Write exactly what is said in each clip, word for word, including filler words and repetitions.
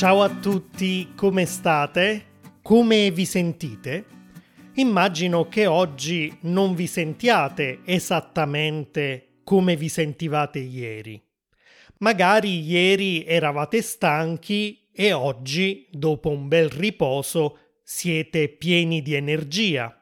Ciao a tutti, come state? Come vi sentite? Immagino che oggi non vi sentiate esattamente come vi sentivate ieri. Magari ieri eravate stanchi e oggi, dopo un bel riposo, siete pieni di energia.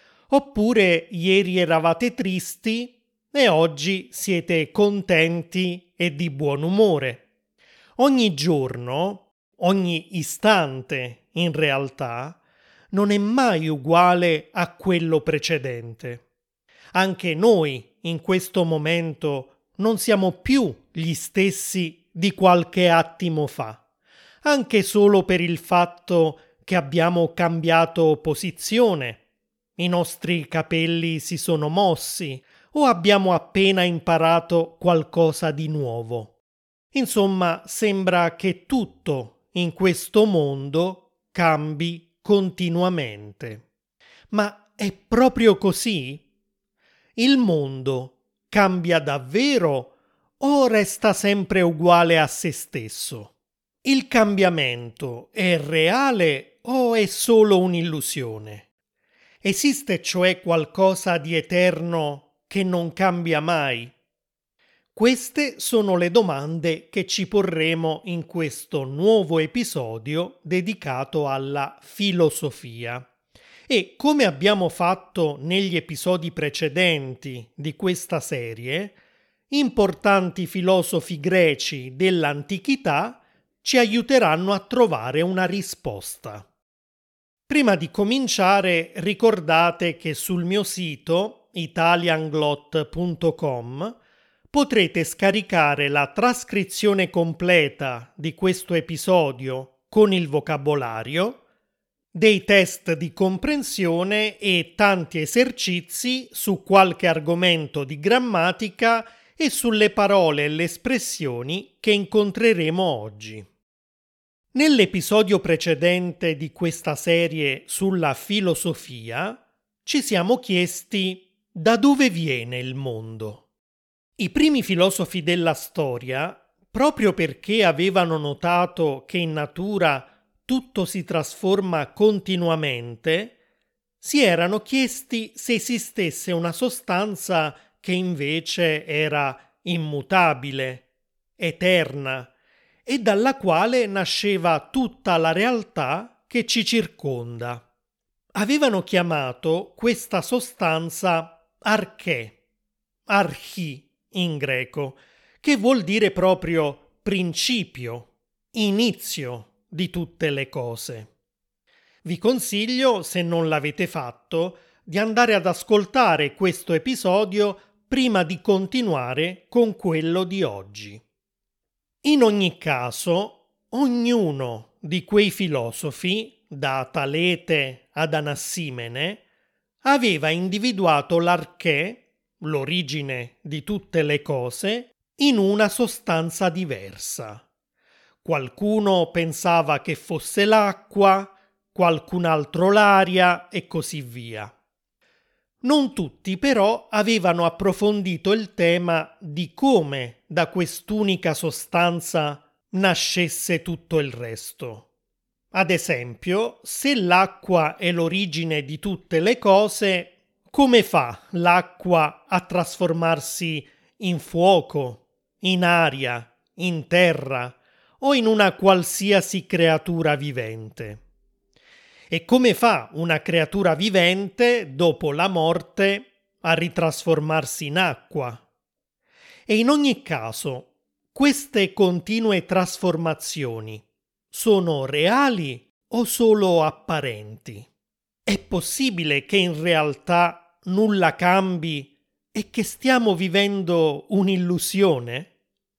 Oppure ieri eravate tristi e oggi siete contenti e di buon umore. Ogni giorno, ogni istante, in realtà, non è mai uguale a quello precedente. Anche noi, in questo momento, non siamo più gli stessi di qualche attimo fa, anche solo per il fatto che abbiamo cambiato posizione, i nostri capelli si sono mossi o abbiamo appena imparato qualcosa di nuovo. Insomma, sembra che tutto in questo mondo cambi continuamente. Ma è proprio così? Il mondo cambia davvero o resta sempre uguale a se stesso? Il cambiamento è reale o è solo un'illusione? Esiste cioè qualcosa di eterno che non cambia mai? Queste sono le domande che ci porremo in questo nuovo episodio dedicato alla filosofia. E come abbiamo fatto negli episodi precedenti di questa serie, importanti filosofi greci dell'antichità ci aiuteranno a trovare una risposta. Prima di cominciare, ricordate che sul mio sito italianglot punto com potrete scaricare la trascrizione completa di questo episodio con il vocabolario, dei test di comprensione e tanti esercizi su qualche argomento di grammatica e sulle parole e le espressioni che incontreremo oggi. Nell'episodio precedente di questa serie sulla filosofia ci siamo chiesti da dove viene il mondo. I primi filosofi della storia, proprio perché avevano notato che in natura tutto si trasforma continuamente, si erano chiesti se esistesse una sostanza che invece era immutabile, eterna, e dalla quale nasceva tutta la realtà che ci circonda. Avevano chiamato questa sostanza arché, archi in greco, che vuol dire proprio principio, inizio di tutte le cose. Vi consiglio, se non l'avete fatto, di andare ad ascoltare questo episodio prima di continuare con quello di oggi. In ogni caso, ognuno di quei filosofi, da Talete ad Anassimene, aveva individuato l'arché, l'origine di tutte le cose, in una sostanza diversa. Qualcuno pensava che fosse l'acqua, qualcun altro l'aria e così via. Non tutti però avevano approfondito il tema di come da quest'unica sostanza nascesse tutto il resto. Ad esempio, se l'acqua è l'origine di tutte le cose, come fa l'acqua a trasformarsi in fuoco, in aria, in terra o in una qualsiasi creatura vivente? E come fa una creatura vivente, dopo la morte, a ritrasformarsi in acqua? E in ogni caso, queste continue trasformazioni sono reali o solo apparenti? È possibile che in realtà nulla cambi e che stiamo vivendo un'illusione?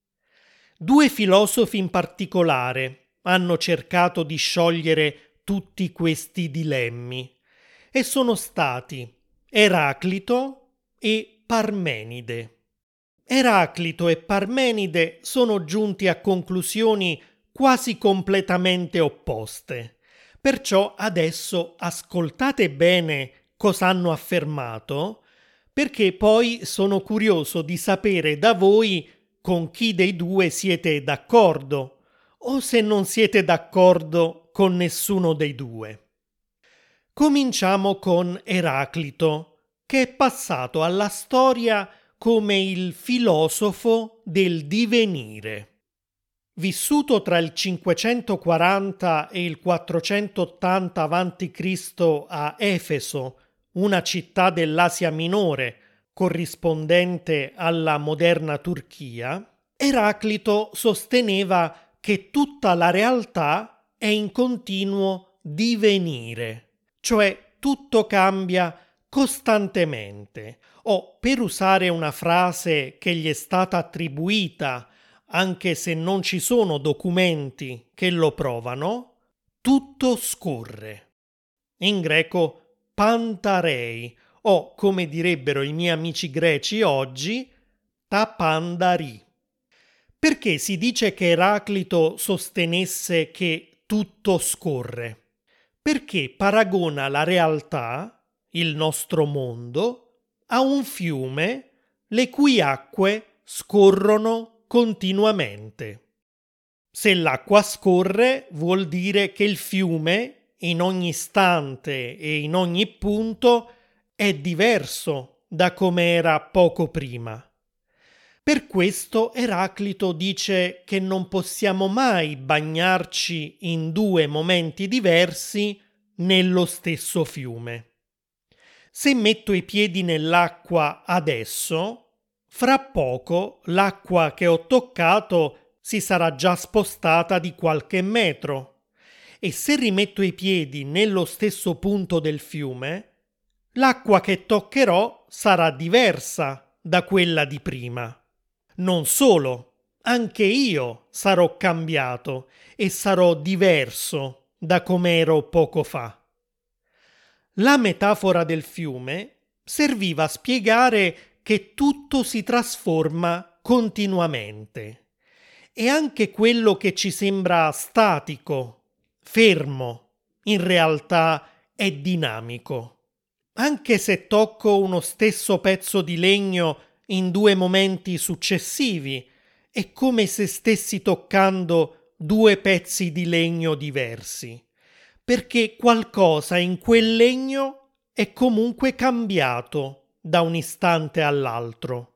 Due filosofi in particolare hanno cercato di sciogliere tutti questi dilemmi e sono stati Eraclito e Parmenide. Eraclito e Parmenide sono giunti a conclusioni quasi completamente opposte, perciò adesso ascoltate bene cosa hanno affermato, perché poi sono curioso di sapere da voi con chi dei due siete d'accordo o se non siete d'accordo con nessuno dei due. Cominciamo con Eraclito, che è passato alla storia come il filosofo del divenire. Vissuto tra il cinquecentoquaranta e il quattrocentottanta avanti Cristo a Efeso, una città dell'Asia Minore corrispondente alla moderna Turchia, Eraclito sosteneva che tutta la realtà è in continuo divenire, cioè tutto cambia costantemente, o, per usare una frase che gli è stata attribuita anche se non ci sono documenti che lo provano, tutto scorre. In greco pantarei, o come direbbero i miei amici greci oggi, ta pandari. Perché si dice che Eraclito sostenesse che tutto scorre? Perché paragona la realtà, il nostro mondo, a un fiume le cui acque scorrono continuamente. Se l'acqua scorre, vuol dire che il fiume, in ogni istante e in ogni punto, è diverso da come era poco prima. Per questo Eraclito dice che non possiamo mai bagnarci in due momenti diversi nello stesso fiume. Se metto i piedi nell'acqua adesso, fra poco l'acqua che ho toccato si sarà già spostata di qualche metro e se rimetto i piedi nello stesso punto del fiume, l'acqua che toccherò sarà diversa da quella di prima. Non solo, anche io sarò cambiato e sarò diverso da come ero poco fa. La metafora del fiume serviva a spiegare che tutto si trasforma continuamente e anche quello che ci sembra statico, fermo, in realtà è dinamico. Anche se tocco uno stesso pezzo di legno in due momenti successivi, è come se stessi toccando due pezzi di legno diversi, perché qualcosa in quel legno è comunque cambiato da un istante all'altro.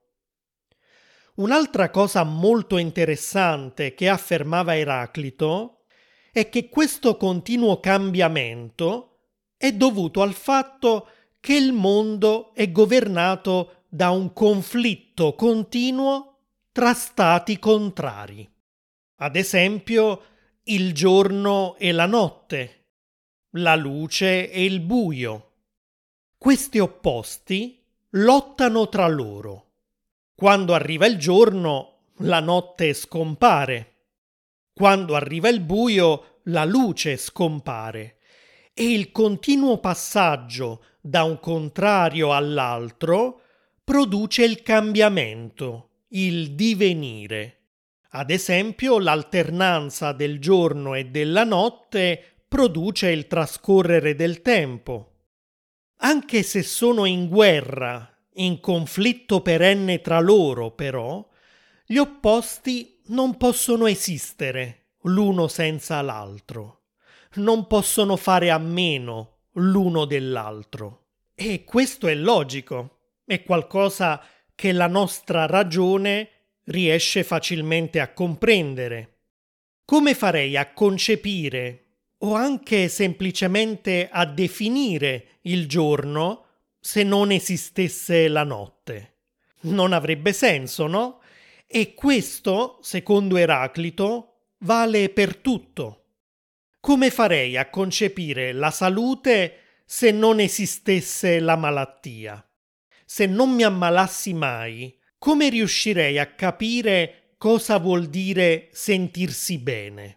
Un'altra cosa molto interessante che affermava Eraclito è che questo continuo cambiamento è dovuto al fatto che il mondo è governato da un conflitto continuo tra stati contrari. Ad esempio, il giorno e la notte, la luce e il buio. Questi opposti lottano tra loro. Quando arriva il giorno, la notte scompare. Quando arriva il buio, la luce scompare. E il continuo passaggio da un contrario all'altro produce il cambiamento, il divenire. Ad esempio, l'alternanza del giorno e della notte produce il trascorrere del tempo. Anche se sono in guerra, in conflitto perenne tra loro, però, gli opposti non possono esistere l'uno senza l'altro, non possono fare a meno l'uno dell'altro. E questo è logico, è qualcosa che la nostra ragione riesce facilmente a comprendere. Come farei a concepire o anche semplicemente a definire il giorno se non esistesse la notte? Non avrebbe senso, no? E questo, secondo Eraclito, vale per tutto. Come farei a concepire la salute se non esistesse la malattia? Se non mi ammalassi mai, come riuscirei a capire cosa vuol dire sentirsi bene?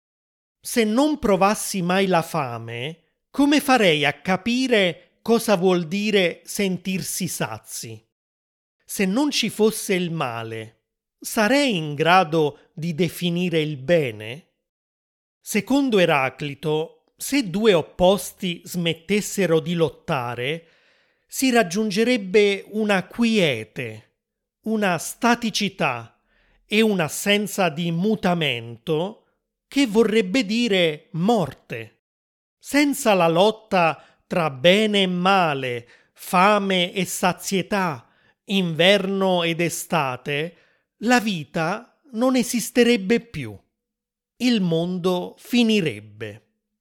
Se non provassi mai la fame, come farei a capire cosa vuol dire sentirsi sazi? Se non ci fosse il male, sarei in grado di definire il bene? Secondo Eraclito, se due opposti smettessero di lottare, si raggiungerebbe una quiete, una staticità e un'assenza di mutamento che vorrebbe dire morte. Senza la lotta tra bene e male, fame e sazietà, inverno ed estate, la vita non esisterebbe più. Il mondo finirebbe.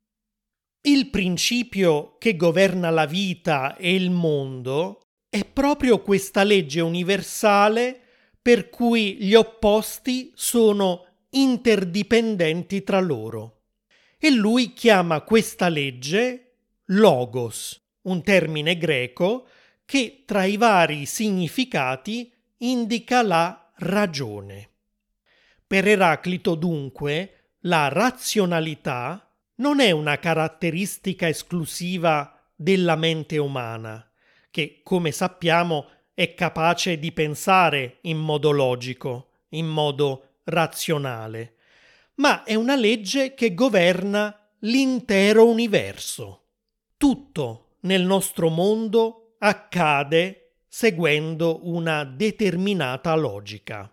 Il principio che governa la vita e il mondo è proprio questa legge universale per cui gli opposti sono interdipendenti tra loro. E lui chiama questa legge logos, un termine greco che tra i vari significati indica la ragione. Per Eraclito, dunque, la razionalità non è una caratteristica esclusiva della mente umana, che, come sappiamo, è capace di pensare in modo logico, in modo razionale, ma è una legge che governa l'intero universo. Tutto nel nostro mondo accade seguendo una determinata logica.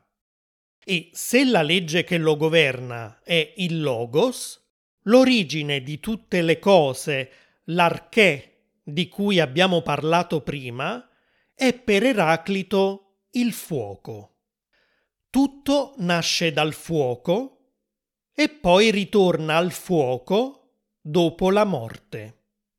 E se la legge che lo governa è il logos, l'origine di tutte le cose, l'arché di cui abbiamo parlato prima, è per Eraclito il fuoco. Tutto nasce dal fuoco e poi ritorna al fuoco dopo la morte.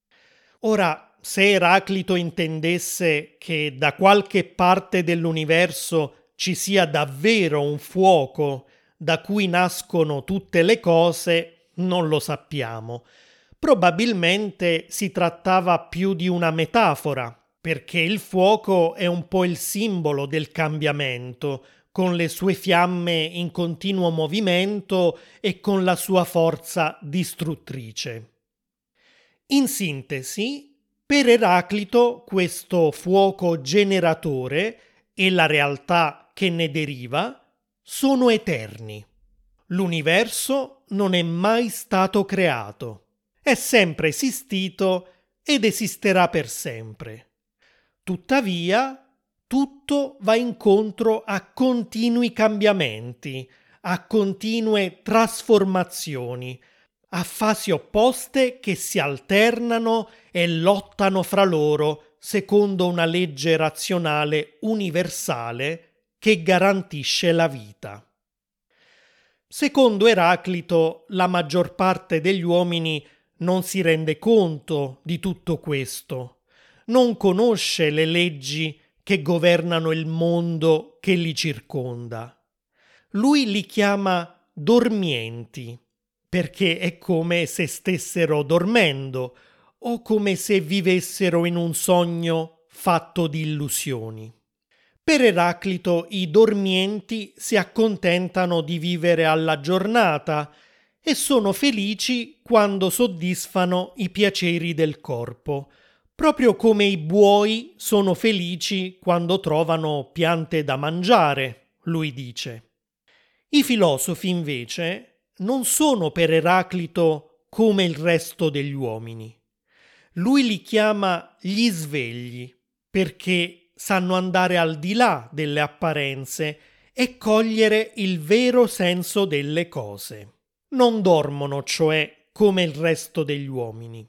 Ora, se Eraclito intendesse che da qualche parte dell'universo ci sia davvero un fuoco da cui nascono tutte le cose, non lo sappiamo. Probabilmente si trattava più di una metafora, perché il fuoco è un po' il simbolo del cambiamento, con le sue fiamme in continuo movimento e con la sua forza distruttrice. In sintesi, per Eraclito questo fuoco generatore e la realtà che ne deriva sono eterni. L'universo non è mai stato creato, è sempre esistito ed esisterà per sempre. Tuttavia, tutto va incontro a continui cambiamenti, a continue trasformazioni, a fasi opposte che si alternano e lottano fra loro secondo una legge razionale universale che garantisce la vita. Secondo Eraclito, la maggior parte degli uomini non si rende conto di tutto questo, non conosce le leggi che governano il mondo che li circonda. Lui li chiama dormienti, perché è come se stessero dormendo o come se vivessero in un sogno fatto di illusioni. Per Eraclito i dormienti si accontentano di vivere alla giornata e sono felici quando soddisfano i piaceri del corpo, proprio come i buoi sono felici quando trovano piante da mangiare, lui dice. I filosofi, invece, non sono per Eraclito come il resto degli uomini. Lui li chiama gli svegli, perché sanno andare al di là delle apparenze e cogliere il vero senso delle cose. Non dormono, cioè, come il resto degli uomini.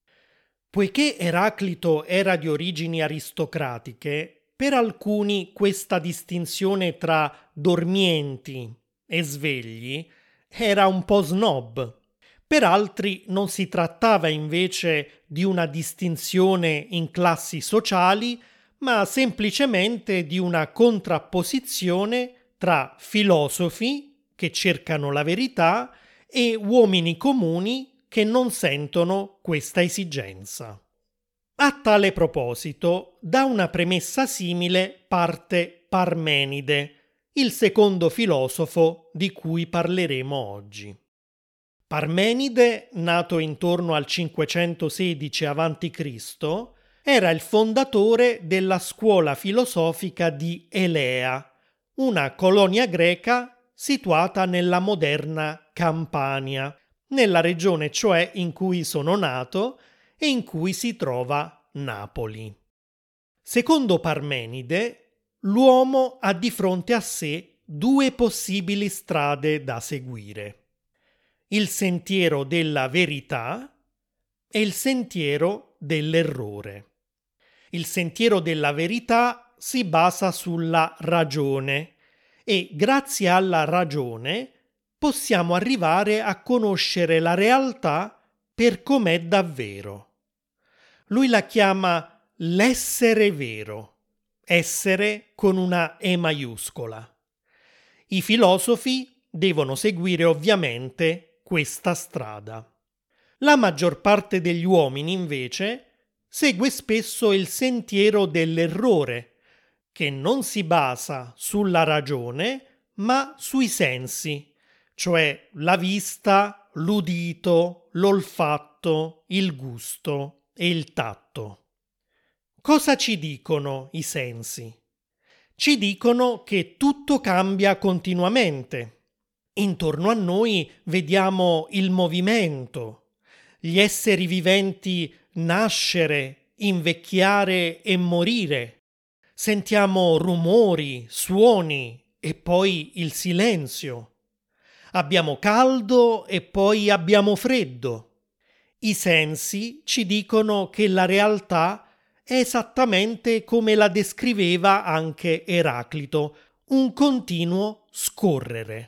Poiché Eraclito era di origini aristocratiche, per alcuni questa distinzione tra dormienti e svegli era un po' snob. Per altri non si trattava invece di una distinzione in classi sociali, ma semplicemente di una contrapposizione tra filosofi che cercano la verità e uomini comuni che non sentono questa esigenza. A tale proposito, da una premessa simile parte Parmenide, il secondo filosofo di cui parleremo oggi. Parmenide, nato intorno al cinquecentosedici avanti Cristo, era il fondatore della scuola filosofica di Elea, una colonia greca situata nella moderna Campania, nella regione cioè in cui sono nato e in cui si trova Napoli. Secondo Parmenide, l'uomo ha di fronte a sé due possibili strade da seguire. il sentiero della verità e il sentiero dell'errore. Il sentiero della verità si basa sulla ragione e grazie alla ragione possiamo arrivare a conoscere la realtà per com'è davvero. Lui la chiama l'essere vero, essere con una E maiuscola. I filosofi devono seguire ovviamente questa strada. La maggior parte degli uomini, invece, segue spesso il sentiero dell'errore, che non si basa sulla ragione, ma sui sensi, cioè la vista, l'udito, l'olfatto, il gusto e il tatto. Cosa ci dicono i sensi? Ci dicono che tutto cambia continuamente. Intorno a noi vediamo il movimento, gli esseri viventi nascere, invecchiare e morire. Sentiamo rumori, suoni e poi il silenzio. Abbiamo caldo e poi abbiamo freddo. I sensi ci dicono che la realtà è esattamente come la descriveva anche Eraclito, un continuo scorrere.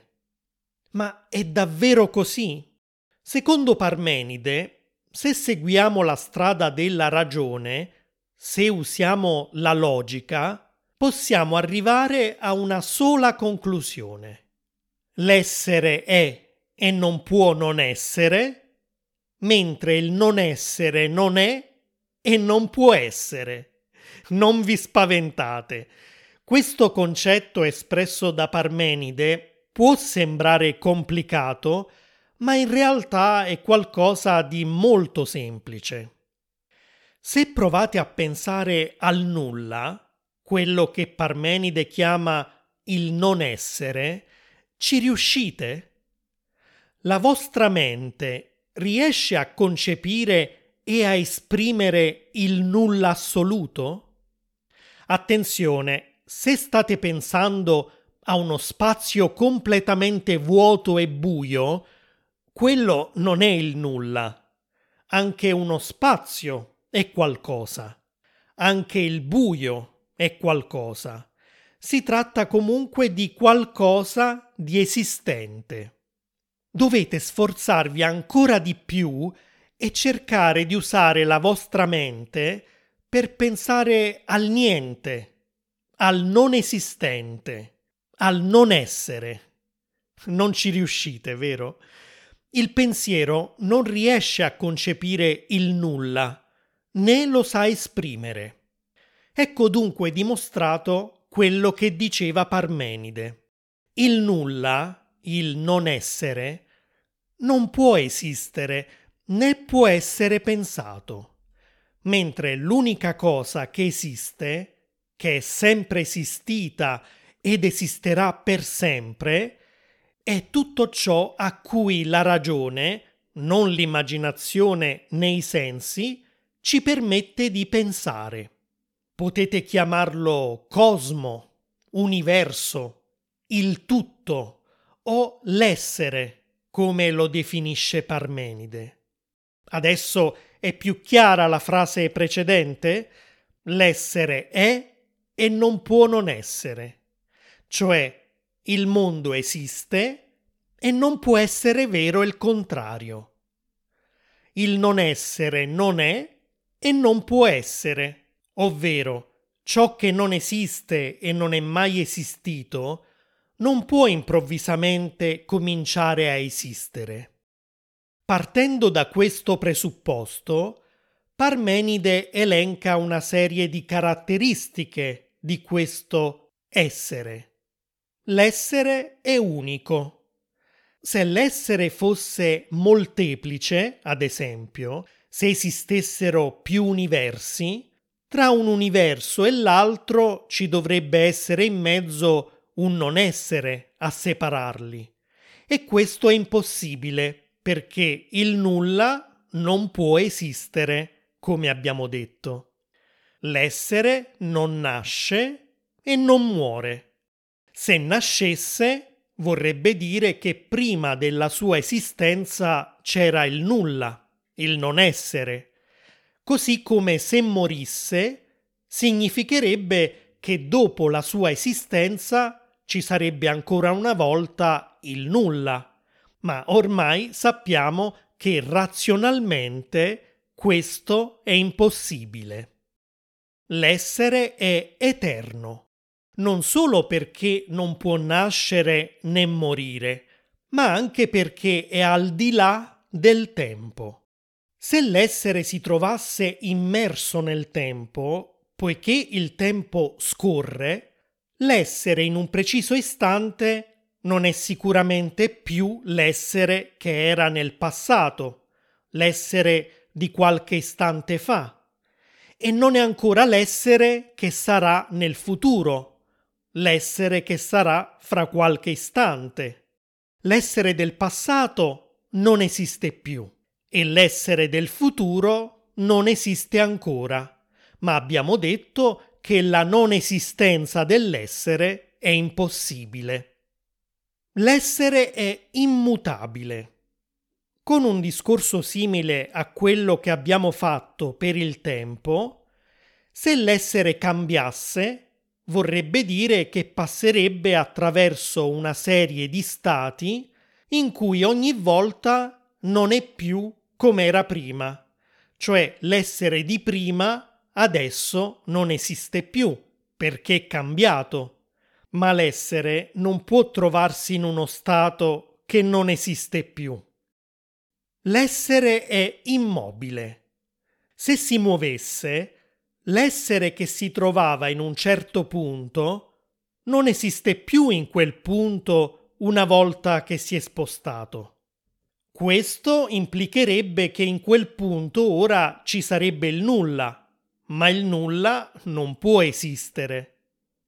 Ma è davvero così? Secondo Parmenide, se seguiamo la strada della ragione, se usiamo la logica, possiamo arrivare a una sola conclusione. L'essere è e non può non essere, mentre il non essere non è e non può essere. Non vi spaventate. Questo concetto espresso da Parmenide può sembrare complicato, ma in realtà è qualcosa di molto semplice. Se provate a pensare al nulla, quello che Parmenide chiama il non essere, ci riuscite? La vostra mente riesce a concepire e a esprimere il nulla assoluto? Attenzione, se state pensando a uno spazio completamente vuoto e buio, quello non è il nulla. Anche uno spazio è qualcosa. Anche il buio è qualcosa. Si tratta comunque di qualcosa di esistente. Dovete sforzarvi ancora di più e cercare di usare la vostra mente per pensare al niente, al non esistente, al non essere. Non ci riuscite, vero? Il pensiero non riesce a concepire il nulla, né lo sa esprimere. Ecco dunque dimostrato quello che diceva Parmenide. Il nulla, il non essere, non può esistere né può essere pensato, mentre l'unica cosa che esiste, che è sempre esistita ed esisterà per sempre, è tutto ciò a cui la ragione, non l'immaginazione né i sensi, ci permette di pensare. Potete chiamarlo cosmo, universo, il tutto o l'essere, come lo definisce Parmenide. Adesso è più chiara la frase precedente? L'essere è e non può non essere. Cioè, il mondo esiste e non può essere vero il contrario. Il non essere non è e non può essere. Ovvero, ciò che non esiste e non è mai esistito non può improvvisamente cominciare a esistere. Partendo da questo presupposto, Parmenide elenca una serie di caratteristiche di questo essere. L'essere è unico. Se l'essere fosse molteplice, ad esempio, se esistessero più universi, tra un universo e l'altro ci dovrebbe essere in mezzo un non essere a separarli. E questo è impossibile, perché il nulla non può esistere, come abbiamo detto. L'essere non nasce e non muore. Se nascesse, vorrebbe dire che prima della sua esistenza c'era il nulla, il non essere. Così come se morisse, significherebbe che dopo la sua esistenza ci sarebbe ancora una volta il nulla, ma ormai sappiamo che razionalmente questo è impossibile. L'essere è eterno, non solo perché non può nascere né morire, ma anche perché è al di là del tempo. Se l'essere si trovasse immerso nel tempo, poiché il tempo scorre, l'essere in un preciso istante non è sicuramente più l'essere che era nel passato, l'essere di qualche istante fa, e non è ancora l'essere che sarà nel futuro, l'essere che sarà fra qualche istante. L'essere del passato non esiste più. E l'essere del futuro non esiste ancora, ma abbiamo detto che la non esistenza dell'essere è impossibile. L'essere è immutabile. Con un discorso simile a quello che abbiamo fatto per il tempo, se l'essere cambiasse, vorrebbe dire che passerebbe attraverso una serie di stati in cui ogni volta non è più come era prima, cioè l'essere di prima adesso non esiste più perché è cambiato, ma l'essere non può trovarsi in uno stato che non esiste più. L'essere è immobile. Se si muovesse, l'essere che si trovava in un certo punto non esiste più in quel punto una volta che si è spostato. Questo implicherebbe che in quel punto ora ci sarebbe il nulla, ma il nulla non può esistere.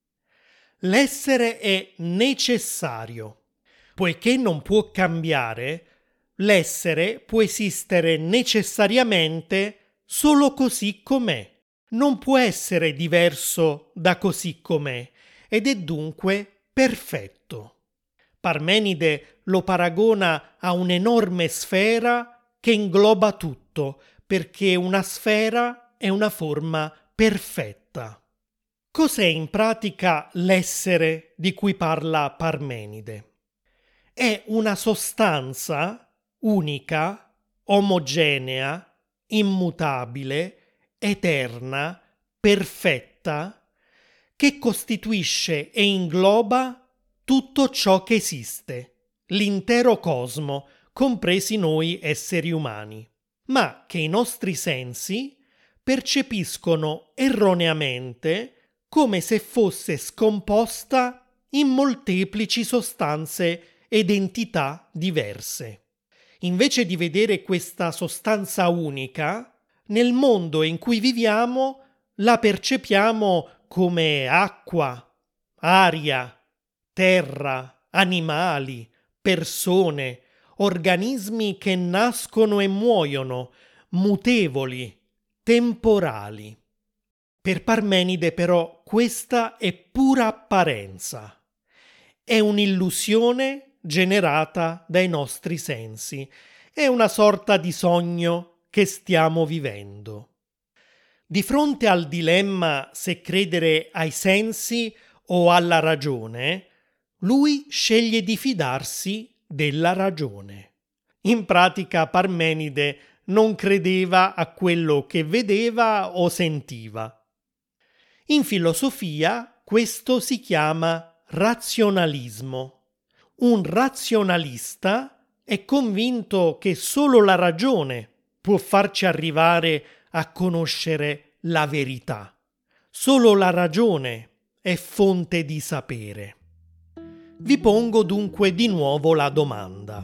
L'essere è necessario. Poiché non può cambiare, l'essere può esistere necessariamente solo così com'è. Non può essere diverso da così com'è ed è dunque perfetto. Parmenide lo paragona a un'enorme sfera che ingloba tutto, perché una sfera è una forma perfetta. Cos'è in pratica l'essere di cui parla Parmenide? È una sostanza unica, omogenea, immutabile, eterna, perfetta, che costituisce e ingloba tutto ciò che esiste, l'intero cosmo, compresi noi esseri umani, ma che i nostri sensi percepiscono erroneamente come se fosse scomposta in molteplici sostanze ed entità diverse. Invece di vedere questa sostanza unica, nel mondo in cui viviamo la percepiamo come acqua, aria, terra, animali, persone, organismi che nascono e muoiono, mutevoli, temporali. Per Parmenide però questa è pura apparenza. È un'illusione generata dai nostri sensi. È una sorta di sogno che stiamo vivendo. Di fronte al dilemma se credere ai sensi o alla ragione, lui sceglie di fidarsi della ragione. In pratica Parmenide non credeva a quello che vedeva o sentiva. In filosofia questo si chiama razionalismo. Un razionalista è convinto che solo la ragione può farci arrivare a conoscere la verità. Solo la ragione è fonte di sapere. Vi pongo dunque di nuovo la domanda.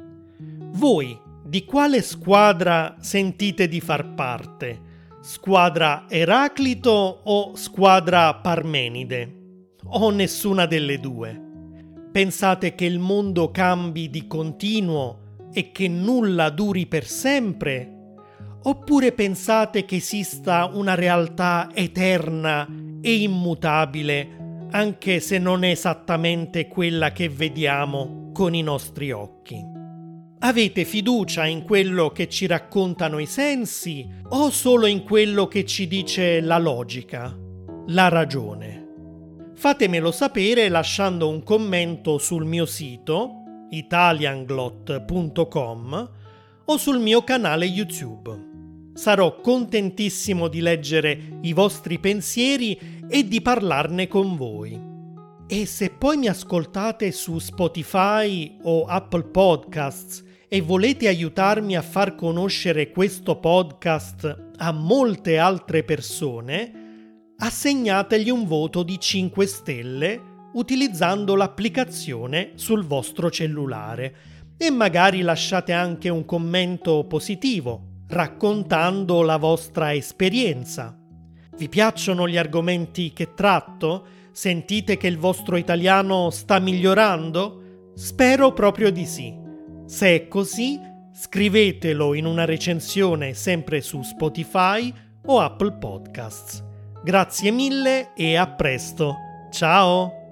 Voi di quale squadra sentite di far parte? Squadra Eraclito o squadra Parmenide? O nessuna delle due? Pensate che il mondo cambi di continuo e che nulla duri per sempre? Oppure pensate che esista una realtà eterna e immutabile anche se non è esattamente quella che vediamo con i nostri occhi. Avete fiducia in quello che ci raccontano i sensi o solo in quello che ci dice la logica, la ragione? Fatemelo sapere lasciando un commento sul mio sito italianglot punto com o sul mio canale YouTube. Sarò contentissimo di leggere i vostri pensieri e di parlarne con voi. E se poi mi ascoltate su Spotify o Apple Podcasts e volete aiutarmi a far conoscere questo podcast a molte altre persone, assegnategli un voto di cinque stelle utilizzando l'applicazione sul vostro cellulare e magari lasciate anche un commento positivo raccontando la vostra esperienza. Vi piacciono gli argomenti che tratto? Sentite che il vostro italiano sta migliorando? Spero proprio di sì. Se è così, scrivetelo in una recensione sempre su Spotify o Apple Podcasts. Grazie mille e a presto. Ciao!